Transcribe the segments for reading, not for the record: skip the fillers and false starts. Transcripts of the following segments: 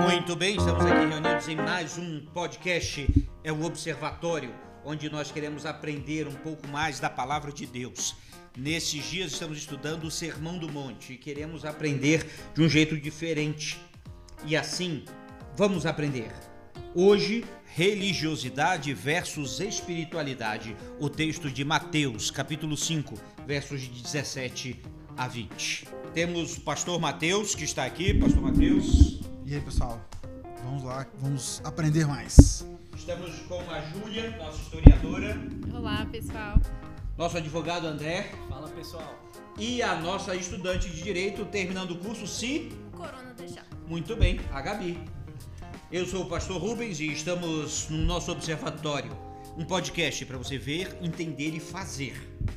Muito bem, estamos aqui reunidos em mais um podcast, é o Observatório, onde nós queremos aprender um pouco mais da Palavra de Deus. Nesses dias estamos estudando o Sermão do Monte e queremos aprender de um jeito diferente. E assim, vamos aprender. Hoje, religiosidade versus espiritualidade, o texto de Mateus, capítulo 5, versos de 17 a 20. Temos o pastor Mateus, que está aqui. Pastor Mateus. E aí, pessoal? Vamos lá, vamos aprender mais. Estamos com a Júlia, nossa historiadora. Olá, pessoal. Nosso advogado André. Fala, pessoal. E a nossa estudante de Direito, terminando o curso, se... Corona deixar. Muito bem, a Gabi. Eu sou o pastor Rubens e estamos no nosso Observatório, um podcast para você ver, entender e fazer.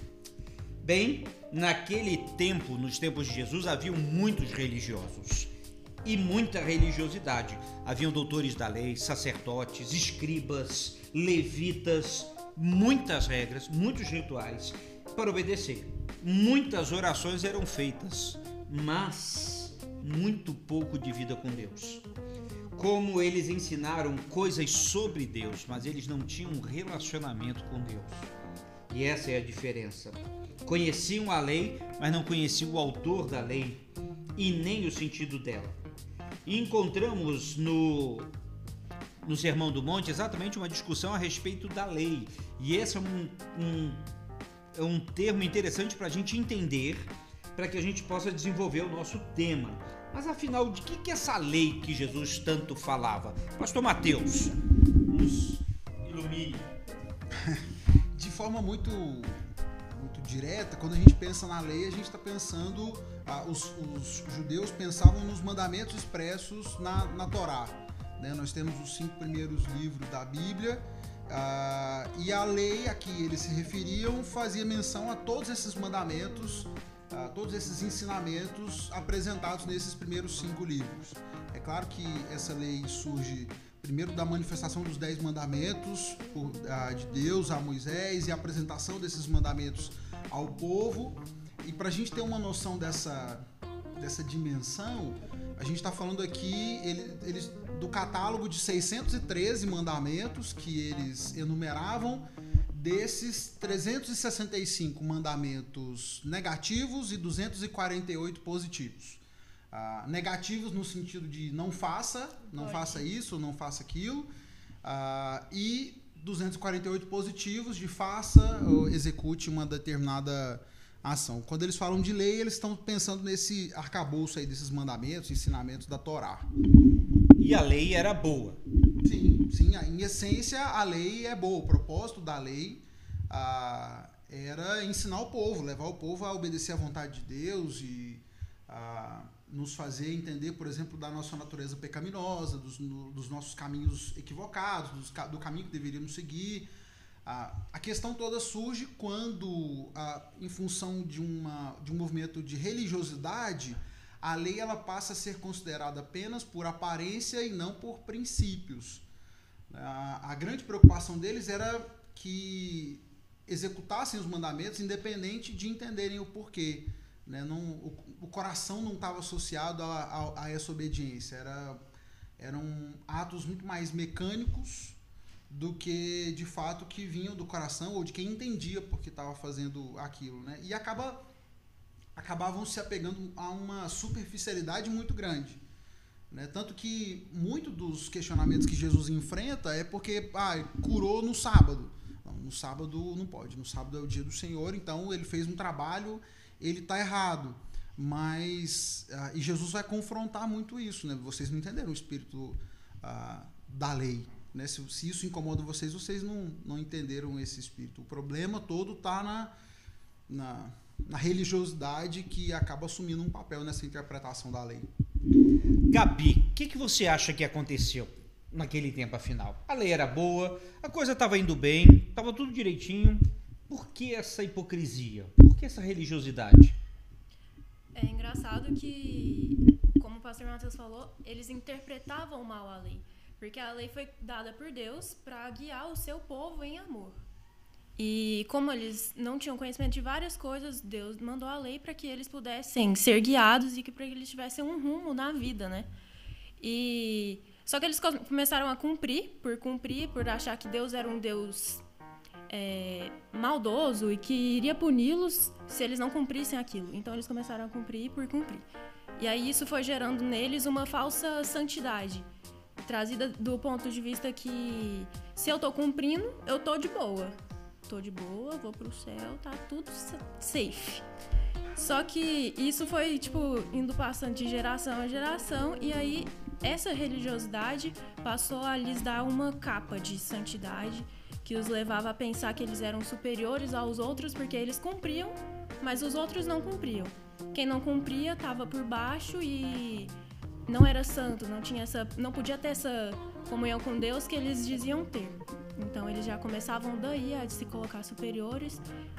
Bem, naquele tempo, nos tempos de Jesus, haviam muitos religiosos e muita religiosidade. Haviam doutores da lei, sacerdotes, escribas, levitas, muitas regras, muitos rituais para obedecer. Muitas orações eram feitas, mas muito pouco de vida com Deus. Como eles ensinaram coisas sobre Deus, mas eles não tinham um relacionamento com Deus. E essa é a diferença. Conheciam a lei, mas não conheciam o autor da lei e nem o sentido dela. E encontramos no Sermão do Monte exatamente uma discussão a respeito da lei. E esse é um termo interessante para a gente entender, para que a gente possa desenvolver o nosso tema. Mas afinal, de que é essa lei que Jesus tanto falava? Pastor Mateus, nos ilumine. De forma muito direta, quando a gente pensa na lei, a gente está pensando, os judeus pensavam nos mandamentos expressos na Torá. Né? Nós temos os 5 primeiros livros da Bíblia, e a lei a que eles se referiam fazia menção a todos esses mandamentos, todos esses ensinamentos apresentados nesses primeiros 5 livros. É claro que essa lei surge primeiro da manifestação dos 10 mandamentos de Deus a Moisés e a apresentação desses mandamentos ao povo. E para a gente ter uma noção dessa dimensão, a gente está falando aqui eles, do catálogo de 613 mandamentos que eles enumeravam. Desses 365 mandamentos negativos e 248 positivos. Negativos no sentido de não faça isso, não faça aquilo. E 248 positivos de faça ou execute uma determinada ação. Quando eles falam de lei, eles estão pensando nesse arcabouço aí desses mandamentos, ensinamentos da Torá. E a lei era boa. Sim, em essência a lei é boa. O propósito da lei era ensinar o povo, levar o povo a obedecer à vontade de Deus e nos fazer entender, por exemplo, da nossa natureza pecaminosa, dos nossos caminhos equivocados, do caminho que deveríamos seguir. A questão toda surge quando, em função de um movimento de religiosidade, a lei ela passa a ser considerada apenas por aparência e não por princípios. A grande preocupação deles era que executassem os mandamentos independente de entenderem o porquê. Né? O coração não estava associado a essa obediência. Eram atos muito mais mecânicos do que, de fato, que vinham do coração ou de quem entendia porque estava fazendo aquilo. Né? E acabavam se apegando a uma superficialidade muito grande. Né? Tanto que muito dos questionamentos que Jesus enfrenta é porque curou no sábado. Não, no sábado não pode, no sábado é o dia do Senhor, então ele fez um trabalho, ele está errado. Mas, e Jesus vai confrontar muito isso, né? Vocês não entenderam o espírito da lei. Né? Se isso incomoda vocês não entenderam esse espírito. O problema todo está na religiosidade que acaba assumindo um papel nessa interpretação da lei. Gabi, o que você acha que aconteceu naquele tempo afinal? A lei era boa, a coisa estava indo bem, estava tudo direitinho. Por que essa hipocrisia? Por que essa religiosidade? É engraçado que, como o pastor Mateus falou, eles interpretavam mal a lei. Porque a lei foi dada por Deus para guiar o seu povo em amor. E como eles não tinham conhecimento de várias coisas, Deus mandou a lei para que eles pudessem ser guiados e que para que eles tivessem um rumo na vida, né? Só que eles começaram a cumprir, por achar que Deus era um Deus maldoso e que iria puni-los se eles não cumprissem aquilo. Então eles começaram a cumprir por cumprir. E aí isso foi gerando neles uma falsa santidade, trazida do ponto de vista que se eu tô cumprindo, eu tô de boa. Tô de boa, vou pro céu, tá tudo safe. Só que isso foi, indo passando de geração a geração, e aí essa religiosidade passou a lhes dar uma capa de santidade que os levava a pensar que eles eram superiores aos outros porque eles cumpriam, mas os outros não cumpriam. Quem não cumpria estava por baixo e não era santo, não podia ter essa comunhão com Deus que eles diziam ter. Então eles já começavam daí a se colocar superiores,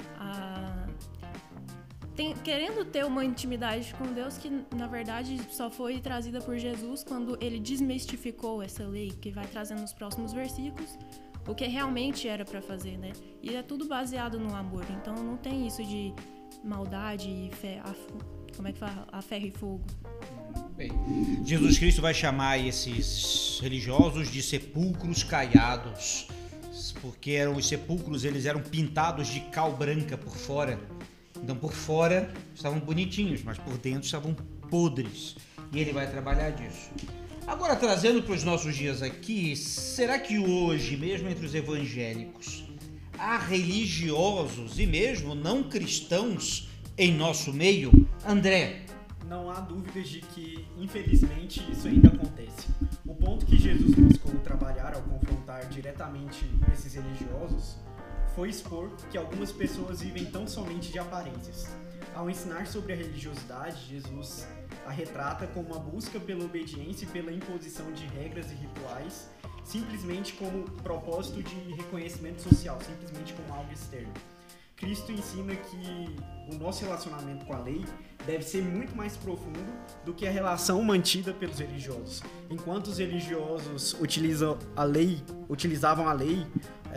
querendo ter uma intimidade com Deus que, na verdade, só foi trazida por Jesus quando ele desmistificou essa lei, que vai trazendo nos próximos versículos, o que realmente era para fazer, né? E é tudo baseado no amor, então não tem isso de maldade e fé, como é que fala? A ferro e fogo. Bem, Jesus Cristo vai chamar esses religiosos de sepulcros caiados, porque os sepulcros, eles eram pintados de cal branca por fora. Então, por fora estavam bonitinhos, mas por dentro estavam podres. E ele vai trabalhar disso. Agora, trazendo para os nossos dias aqui, será que hoje, mesmo entre os evangélicos, há religiosos e mesmo não cristãos em nosso meio? André? Não há dúvidas de que, infelizmente, isso ainda acontece. O ponto que Jesus buscou trabalhar ao confrontar diretamente esses religiosos foi expor que algumas pessoas vivem tão somente de aparências. Ao ensinar sobre a religiosidade, Jesus a retrata como uma busca pela obediência e pela imposição de regras e rituais, simplesmente como propósito de reconhecimento social, simplesmente como algo externo. Cristo ensina que o nosso relacionamento com a lei deve ser muito mais profundo do que a relação mantida pelos religiosos. Enquanto os religiosos utilizavam a lei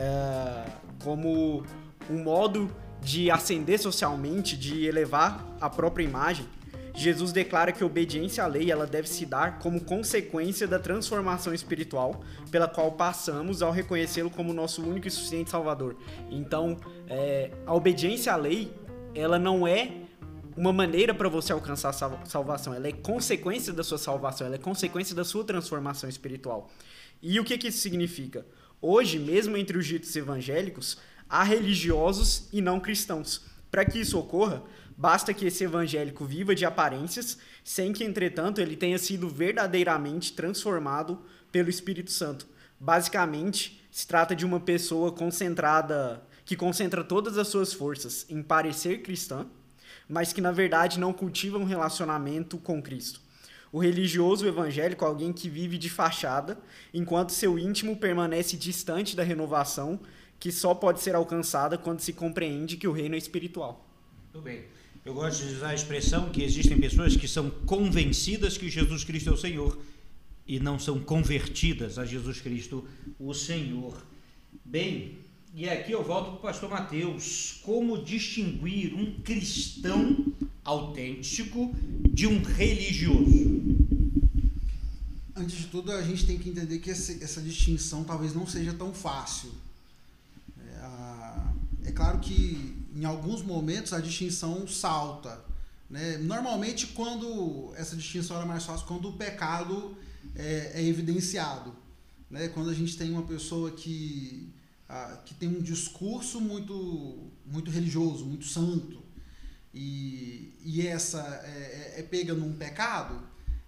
como um modo de ascender socialmente, de elevar a própria imagem, Jesus declara que a obediência à lei ela deve se dar como consequência da transformação espiritual pela qual passamos ao reconhecê-lo como nosso único e suficiente Salvador. Então, a obediência à lei, ela não é uma maneira para você alcançar a salvação, ela é consequência da sua salvação, ela é consequência da sua transformação espiritual. E o que isso significa? Hoje, mesmo entre os ditos evangélicos, há religiosos e não cristãos. Para que isso ocorra, basta que esse evangélico viva de aparências, sem que, entretanto, ele tenha sido verdadeiramente transformado pelo Espírito Santo. Basicamente, se trata de uma pessoa que concentra todas as suas forças em parecer cristã, mas que, na verdade, não cultiva um relacionamento com Cristo. O religioso evangélico é alguém que vive de fachada, enquanto seu íntimo permanece distante da renovação, que só pode ser alcançada quando se compreende que o reino é espiritual. Muito bem. Eu gosto de usar a expressão que existem pessoas que são convencidas que Jesus Cristo é o Senhor e não são convertidas a Jesus Cristo, o Senhor. Bem, e aqui eu volto para o pastor Mateus. Como distinguir um cristão autêntico de um religioso? Antes de tudo, a gente tem que entender que essa distinção talvez não seja tão fácil. É claro que em alguns momentos a distinção salta, né? Normalmente quando essa distinção era mais fácil, quando o pecado é evidenciado, né? Quando a gente tem uma pessoa que tem um discurso muito religioso, muito santo, e essa é pega num pecado,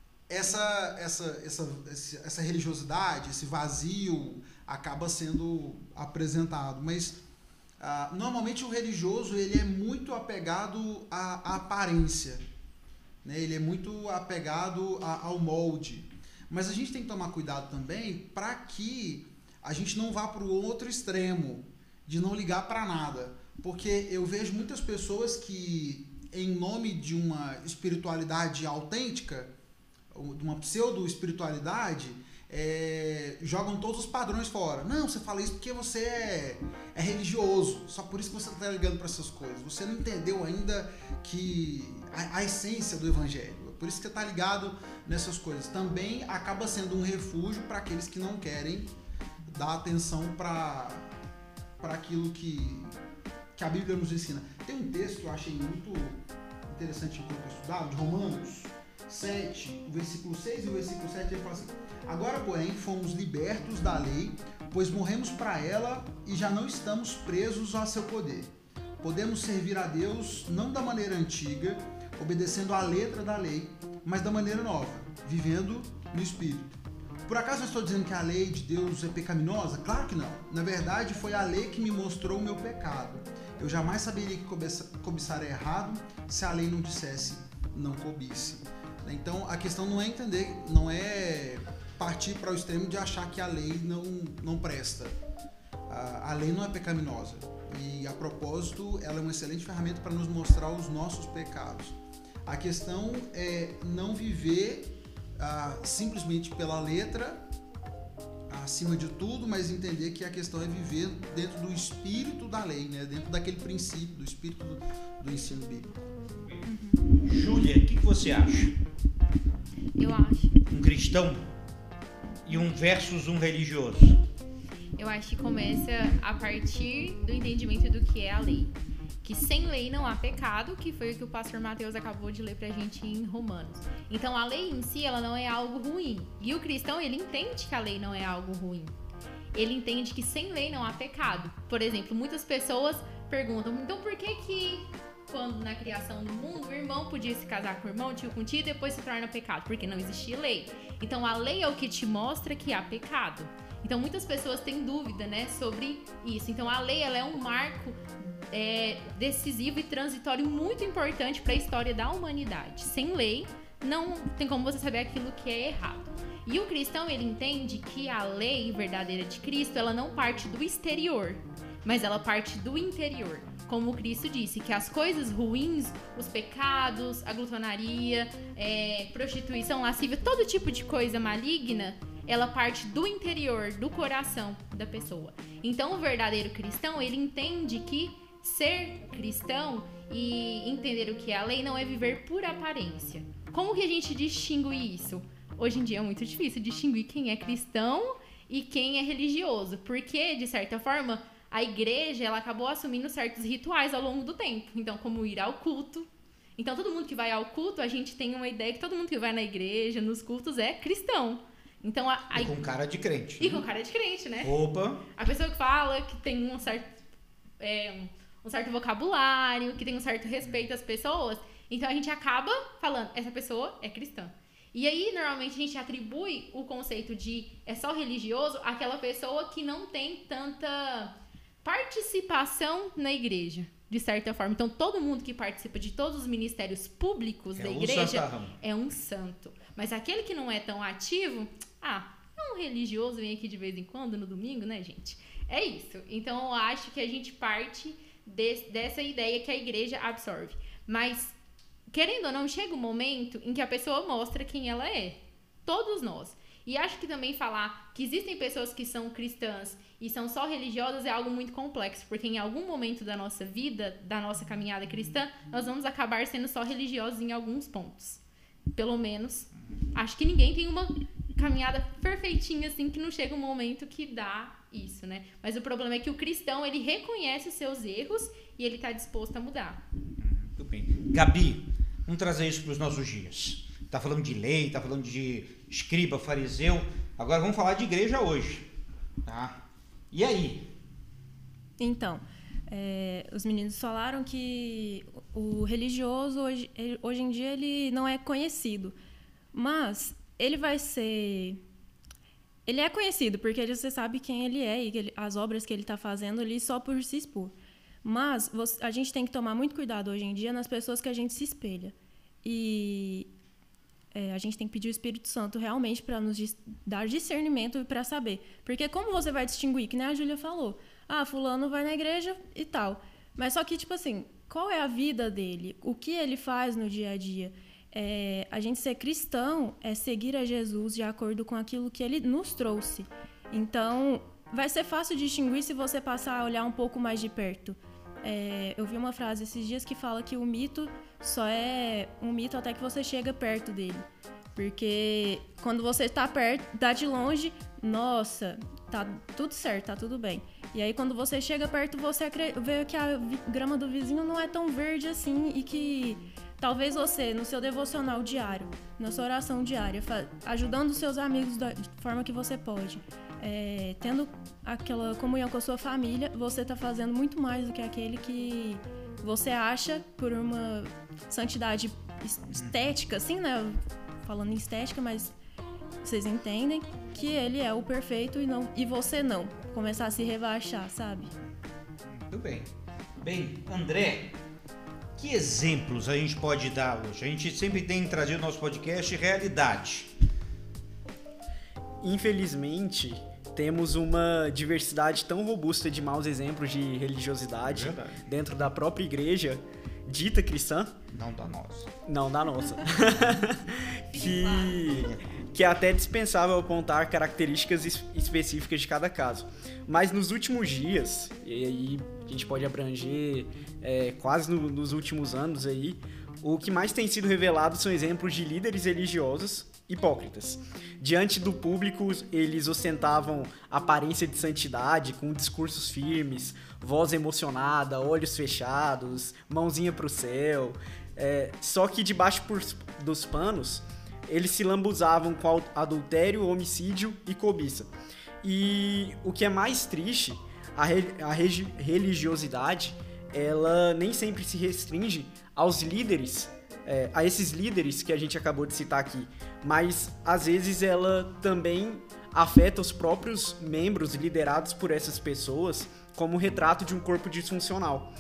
essa religiosidade, esse vazio acaba sendo apresentado. Mas normalmente o religioso ele é muito apegado à aparência, né? Ele é muito apegado ao molde. Mas a gente tem que tomar cuidado também para que a gente não vá para o outro extremo, de não ligar para nada. Porque eu vejo muitas pessoas que, em nome de uma espiritualidade autêntica, de uma pseudo-espiritualidade, jogam todos os padrões fora. Não, você fala isso porque você é religioso, só por isso que você está ligando para essas coisas. Você não entendeu ainda que a essência do evangelho. Por isso que você está ligado nessas coisas. Também acaba sendo um refúgio para aqueles que não querem dar atenção para aquilo que a Bíblia nos ensina. Tem um texto que eu achei muito interessante enquanto eu estudava, de Romanos 7, o versículo 6 e o versículo 7, ele fala assim: agora, porém, fomos libertos da lei, pois morremos para ela e já não estamos presos a seu poder. Podemos servir a Deus não da maneira antiga, obedecendo à letra da lei, mas da maneira nova, vivendo no Espírito. Por acaso eu estou dizendo que a lei de Deus é pecaminosa? Claro que não. Na verdade, foi a lei que me mostrou o meu pecado. Eu jamais saberia que cobiçar é errado se a lei não dissesse não cobice. Então, a questão não é entender, não é partir para o extremo de achar que a lei não presta. A lei não é pecaminosa. E, a propósito, ela é uma excelente ferramenta para nos mostrar os nossos pecados. A questão é não viver simplesmente pela letra, acima de tudo, mas entender que a questão é viver dentro do espírito da lei, né? Dentro daquele princípio, do espírito do ensino bíblico. Júlia, o que você acha? Eu acho. Um cristão e um versus um religioso. Eu acho que começa a partir do entendimento do que é a lei. Que sem lei não há pecado, que foi o que o pastor Mateus acabou de ler pra gente em Romanos. Então a lei em si, ela não é algo ruim. E o cristão, ele entende que a lei não é algo ruim. Ele entende que sem lei não há pecado. Por exemplo, muitas pessoas perguntam, então por que quando na criação do mundo o irmão podia se casar com o irmão, tio com tio, e depois se torna pecado? Porque não existia lei. Então a lei é o que te mostra que há pecado. Então muitas pessoas têm dúvida, né, sobre isso. Então a lei, ela é um marco decisivo e transitório muito importante para a história da humanidade. Sem lei, não tem como você saber aquilo que é errado. E o cristão, ele entende que a lei verdadeira de Cristo, ela não parte do exterior, mas ela parte do interior. Como Cristo disse, que as coisas ruins, os pecados, a glutonaria, prostituição, lascívia, todo tipo de coisa maligna, ela parte do interior, do coração da pessoa. Então, o verdadeiro cristão, ele entende que ser cristão e entender o que é a lei não é viver por aparência. Como que a gente distingue isso? Hoje em dia é muito difícil distinguir quem é cristão e quem é religioso, porque, de certa forma, a igreja, ela acabou assumindo certos rituais ao longo do tempo. Então, como ir ao culto. Então, todo mundo que vai ao culto, a gente tem uma ideia que todo mundo que vai na igreja, nos cultos, é cristão. Então, e com cara de crente. E com cara de crente, né? Opa! A pessoa que fala que tem um certo vocabulário, que tem um certo respeito às pessoas, então a gente acaba falando, essa pessoa é cristã. E aí, normalmente, a gente atribui o conceito de é só religioso àquela pessoa que não tem tanta participação na igreja, de certa forma. Então, todo mundo que participa de todos os ministérios públicos da igreja é um santo. Mas aquele que não é tão ativo, é um religioso, vem aqui de vez em quando, no domingo, né, gente? É isso. Então, eu acho que a gente parte dessa ideia que a igreja absorve. Mas, querendo ou não, chega um momento em que a pessoa mostra quem ela é. Todos nós. E acho que também falar que existem pessoas que são cristãs e são só religiosas é algo muito complexo, porque em algum momento da nossa vida, da nossa caminhada cristã, nós vamos acabar sendo só religiosos em alguns pontos. Pelo menos, acho que ninguém tem uma caminhada perfeitinha assim, que não chega um momento que dá isso, né? Mas o problema é que o cristão, ele reconhece os seus erros e ele está disposto a mudar. Muito bem. Gabi, vamos trazer isso para os nossos dias. Tá falando de lei, tá falando de escriba, fariseu. Agora vamos falar de igreja hoje. Tá? E aí? Então, os meninos falaram que o religioso hoje em dia ele não é conhecido. Mas ele vai ser... Ele é conhecido porque você sabe quem ele é e as obras que ele está fazendo ali só por se expor. Mas a gente tem que tomar muito cuidado hoje em dia nas pessoas que a gente se espelha. E a gente tem que pedir o Espírito Santo realmente para nos dar discernimento e para saber. Porque como você vai distinguir? Que nem a Júlia falou. Fulano vai na igreja e tal. Mas só que, tipo assim, qual é a vida dele? O que ele faz no dia a dia? A gente ser cristão é seguir a Jesus de acordo com aquilo que ele nos trouxe. Então, vai ser fácil distinguir se você passar a olhar um pouco mais de perto. eu vi uma frase esses dias que fala que o mito só é um mito até que você chega perto dele. Porque quando você tá perto, dá de longe, nossa, tá tudo certo, tá tudo bem. E aí quando você chega perto, você vê que a grama do vizinho não é tão verde assim e que talvez você, no seu devocional diário, na sua oração diária, ajudando os seus amigos da forma que você pode, tendo aquela comunhão com a sua família, você tá fazendo muito mais do que aquele que você acha por uma santidade estética, assim, né? Falando em estética, mas vocês entendem que ele é o perfeito e você não. Começar a se rebaixar, sabe? Muito bem. Bem, André, que exemplos a gente pode dar hoje? A gente sempre tem trazido no nosso podcast realidade. Infelizmente, temos uma diversidade tão robusta de maus exemplos de religiosidade dentro da própria igreja dita cristã. Não da nossa. Não da nossa. que é até dispensável apontar características específicas de cada caso. Mas nos últimos dias, e aí a gente pode abranger quase nos últimos anos aí, o que mais tem sido revelado são exemplos de líderes religiosos hipócritas. Diante do público, eles ostentavam aparência de santidade, com discursos firmes, voz emocionada, olhos fechados, mãozinha pro céu. Só que debaixo dos panos, eles se lambuzavam com adultério, homicídio e cobiça. E o que é mais triste, a religiosidade, ela nem sempre se restringe aos líderes, a esses líderes que a gente acabou de citar aqui, mas às vezes ela também afeta os próprios membros liderados por essas pessoas, como um retrato de um corpo disfuncional,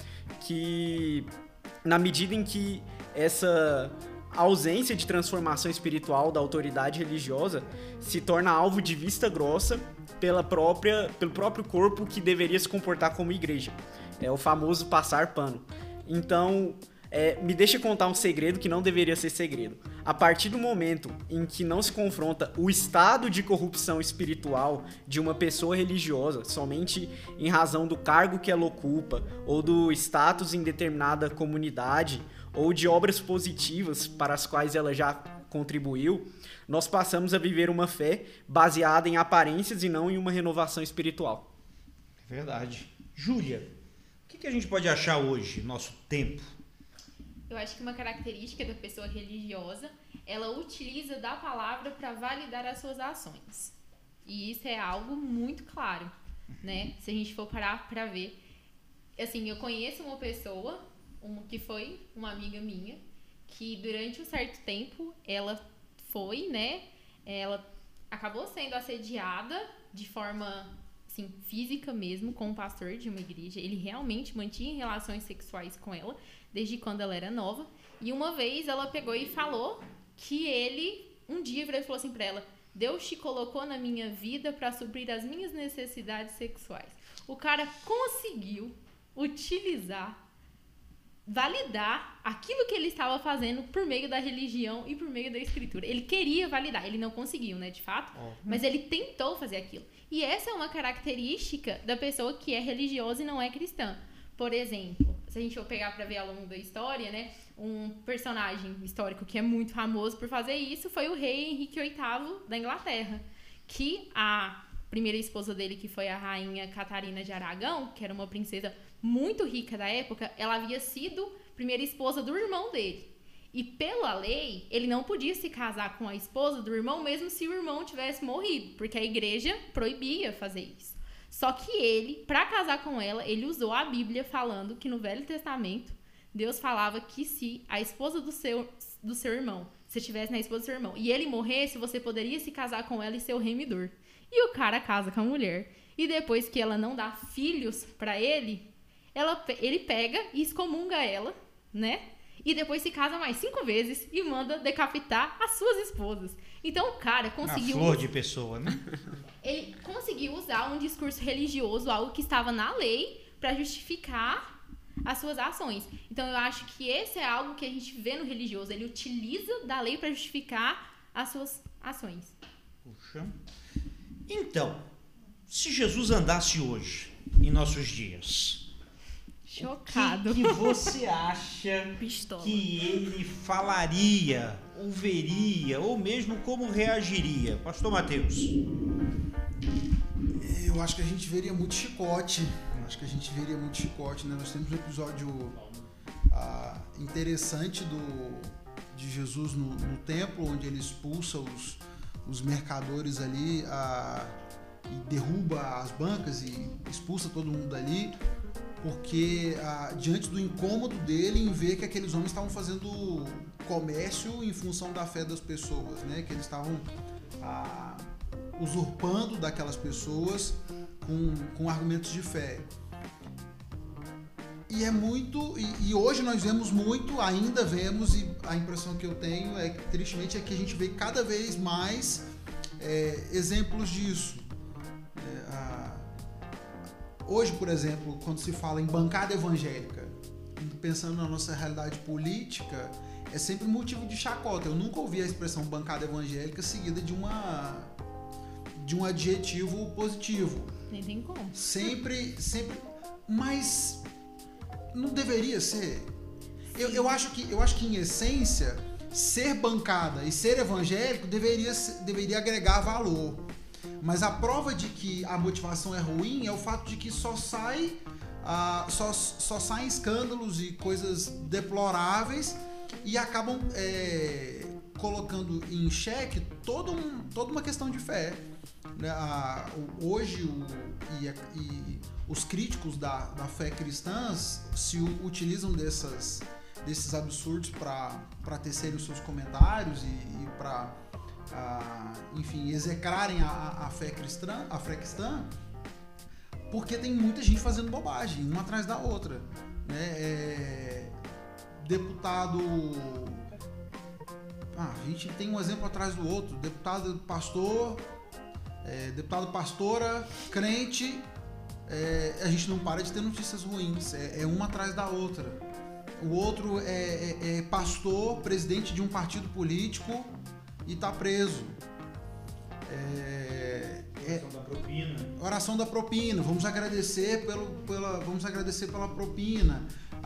que na medida em que essa ausência de transformação espiritual da autoridade religiosa se torna alvo de vista grossa pelo próprio corpo que deveria se comportar como igreja. É o famoso passar pano. Então, me deixa contar um segredo que não deveria ser segredo. A partir do momento em que não se confronta o estado de corrupção espiritual de uma pessoa religiosa somente em razão do cargo que ela ocupa, ou do status em determinada comunidade, ou de obras positivas para as quais ela já contribuiu, nós passamos a viver uma fé baseada em aparências e não em uma renovação espiritual. É verdade. Júlia, o que a gente pode achar hoje, nosso tempo? Eu acho que uma característica da pessoa religiosa, ela utiliza da palavra para validar as suas ações. E isso é algo muito claro, né? Se a gente for parar para ver. Assim, eu conheço uma pessoa, que foi uma amiga minha, que durante um certo tempo ela foi, né? Ela acabou sendo assediada de forma, assim, física mesmo, com um pastor de uma igreja. Ele realmente mantinha relações sexuais com ela desde quando ela era nova. E uma vez ela pegou e falou que ele, um dia, virou e falou assim pra ela: Deus te colocou na minha vida para suprir as minhas necessidades sexuais. O cara conseguiu validar aquilo que ele estava fazendo por meio da religião e por meio da escritura. Ele queria validar, ele não conseguiu, né, de fato, mas ele tentou fazer aquilo. E essa é uma característica da pessoa que é religiosa e não é cristã. Por exemplo, se a gente for pegar para ver ao longo da história, né, um personagem histórico que é muito famoso por fazer isso foi o rei Henrique VIII da Inglaterra, que a primeira esposa dele, que foi a rainha Catarina de Aragão, que era uma princesa muito rica da época, ela havia sido primeira esposa do irmão dele. E pela lei, ele não podia se casar com a esposa do irmão, mesmo se o irmão tivesse morrido, porque a igreja proibia fazer isso. Só que ele, para casar com ela, ele usou a Bíblia falando que no Velho Testamento, Deus falava que se a esposa do seu irmão, se estivesse na esposa do seu irmão, e ele morresse, você poderia se casar com ela e ser o remidor. E o cara casa com a mulher. E depois que ela não dá filhos para ele pega e excomunga ela, né? E depois se casa mais 5 vezes e manda decapitar as suas esposas. Então o cara conseguiu... Uma flor de pessoa, né? Ele conseguiu usar um discurso religioso, algo que estava na lei, para justificar as suas ações. Então eu acho que esse é algo que a gente vê no religioso. Ele utiliza da lei para justificar as suas ações. Puxa. Então, se Jesus andasse hoje, em nossos dias, Chocado. O que você acha Pistola. que ele falaria, ou veria, ou mesmo como reagiria? Pastor Mateus. Eu acho que a gente veria muito chicote. Né? Nós temos um episódio interessante de Jesus no templo, onde ele expulsa os mercadores ali e derruba as bancas e expulsa todo mundo dali, porque diante do incômodo dele em ver que aqueles homens estavam fazendo comércio em função da fé das pessoas, né? Que eles estavam usurpando daquelas pessoas com argumentos de fé. E é muito, e hoje nós vemos muito, ainda vemos, e a impressão que eu tenho tristemente, é que a gente vê cada vez mais exemplos disso. Hoje, por exemplo, quando se fala em bancada evangélica, pensando na nossa realidade política, é sempre motivo de chacota. Eu nunca ouvi a expressão bancada evangélica seguida de um adjetivo positivo. Nem tem como. Sempre, mas não deveria ser. Eu acho que em essência, ser bancada e ser evangélico deveria agregar valor. Mas a prova de que a motivação é ruim é o fato de que só saem escândalos e coisas deploráveis e acabam colocando em xeque toda uma questão de fé. Hoje os críticos da fé cristã se utilizam desses absurdos para tecerem os seus comentários e para enfim, execrarem a fé cristã, porque tem muita gente fazendo bobagem, uma atrás da outra, né? Deputado, a gente tem um exemplo atrás do outro, deputado pastora, crente, a gente não para de ter notícias ruins, é uma atrás da outra. O outro é pastor, presidente de um partido político e está preso. Oração da propina. Vamos agradecer pela propina.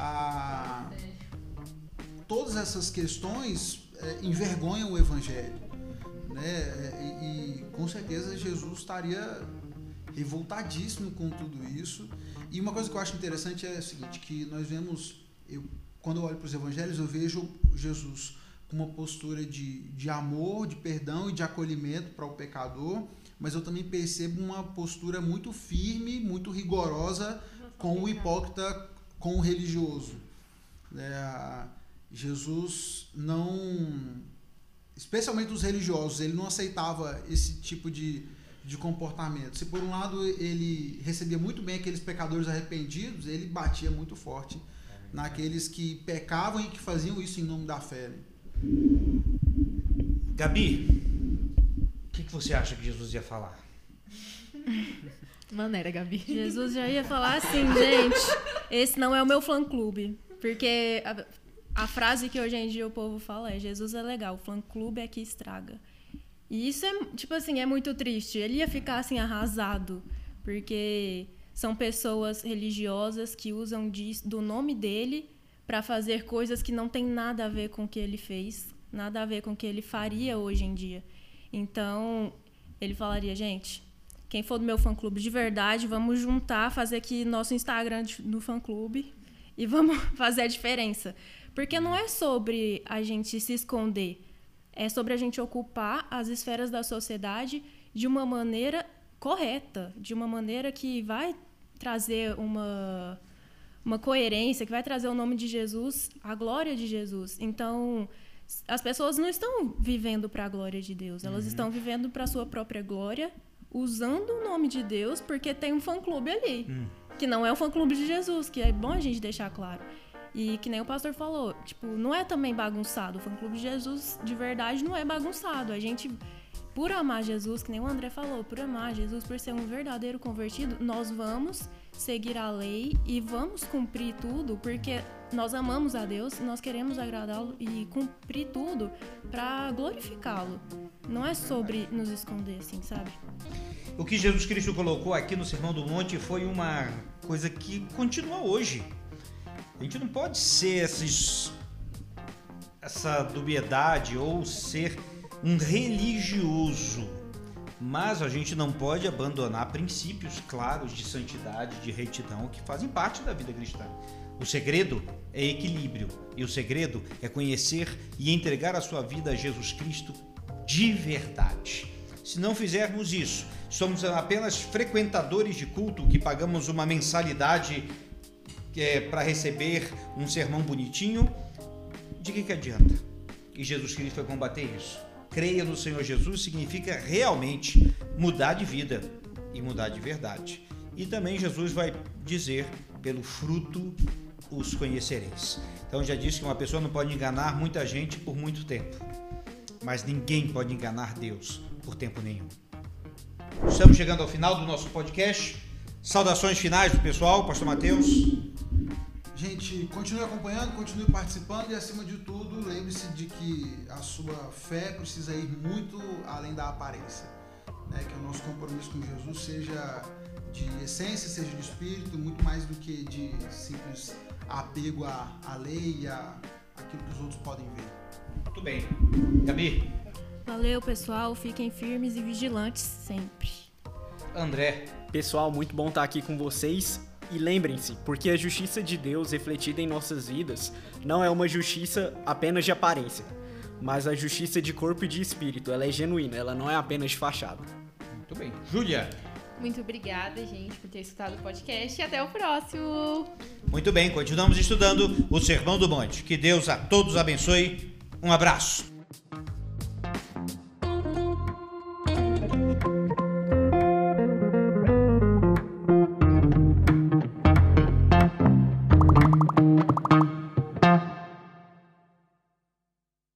Todas essas questões envergonham o evangelho, né? E com certeza Jesus estaria revoltadíssimo com tudo isso. E uma coisa que eu acho interessante é o seguinte, que nós vemos, quando eu olho para os evangelhos, eu vejo Jesus com uma postura de amor, de perdão e de acolhimento para o pecador, mas eu também percebo uma postura muito firme, muito rigorosa com o hipócrita, com o religioso. Jesus não... Especialmente os religiosos, ele não aceitava esse tipo de comportamento. Se por um lado ele recebia muito bem aqueles pecadores arrependidos, ele batia muito forte naqueles que pecavam e que faziam isso em nome da fé. Gabi, o que você acha que Jesus ia falar? Maneira, Gabi. Jesus já ia falar assim, gente, esse não é o meu fã-clube. Porque a frase que hoje em dia o povo fala é: Jesus é legal, o fã-clube é que estraga. E isso é, tipo assim, é muito triste. Ele ia ficar assim arrasado, porque são pessoas religiosas que usam do nome dele para fazer coisas que não tem nada a ver com o que ele fez, nada a ver com o que ele faria hoje em dia. Então, ele falaria: gente, quem for do meu fã-clube de verdade, vamos juntar, fazer aqui nosso Instagram no fã-clube e vamos fazer a diferença. Porque não é sobre a gente se esconder, é sobre a gente ocupar as esferas da sociedade de uma maneira correta, de uma maneira que vai trazer uma coerência, que vai trazer o nome de Jesus, a glória de Jesus. Então, as pessoas não estão vivendo para a glória de Deus, elas estão vivendo para a sua própria glória, usando o nome de Deus, porque tem um fã-clube ali, que não é o fã-clube de Jesus, que é bom a gente deixar claro. E que nem o pastor falou, tipo, não é também bagunçado. O fã-clube de Jesus, de verdade, não é bagunçado. A gente, por amar Jesus, que nem o André falou, por amar Jesus, por ser um verdadeiro convertido, nós vamos seguir a lei e vamos cumprir tudo, porque nós amamos a Deus, nós queremos agradá-lo e cumprir tudo para glorificá-lo. Não é sobre nos esconder, assim, sabe? O que Jesus Cristo colocou aqui no Sermão do Monte foi uma coisa que continua hoje. A gente não pode ser essa dubiedade ou ser um religioso, mas a gente não pode abandonar princípios claros de santidade, de retidão, que fazem parte da vida cristã. O segredo é equilíbrio, e o segredo é conhecer e entregar a sua vida a Jesus Cristo de verdade. Se não fizermos isso, somos apenas frequentadores de culto que pagamos uma mensalidade para receber um sermão bonitinho. De que adianta? E Jesus Cristo vai combater isso. Creia no Senhor Jesus significa realmente mudar de vida e mudar de verdade. E também Jesus vai dizer, pelo fruto os conhecereis. Então já disse que uma pessoa não pode enganar muita gente por muito tempo, mas ninguém pode enganar Deus por tempo nenhum. Estamos chegando ao final do nosso podcast. Saudações finais do pessoal, Pastor Mateus. Gente, continue acompanhando, continue participando e, acima de tudo, lembre-se de que a sua fé precisa ir muito além da aparência. Né? Que o nosso compromisso com Jesus seja de essência, seja de espírito, muito mais do que de simples apego à lei e àquilo que os outros podem ver. Muito bem. Gabi. Valeu, pessoal. Fiquem firmes e vigilantes sempre. André. Pessoal, muito bom estar aqui com vocês. E lembrem-se, porque a justiça de Deus refletida em nossas vidas não é uma justiça apenas de aparência, mas a justiça de corpo e de espírito. Ela é genuína, ela não é apenas de fachada. Muito bem. Júlia. Muito obrigada, gente, por ter escutado o podcast e até o próximo. Muito bem, continuamos estudando o Sermão do Monte. Que Deus a todos abençoe. Um abraço.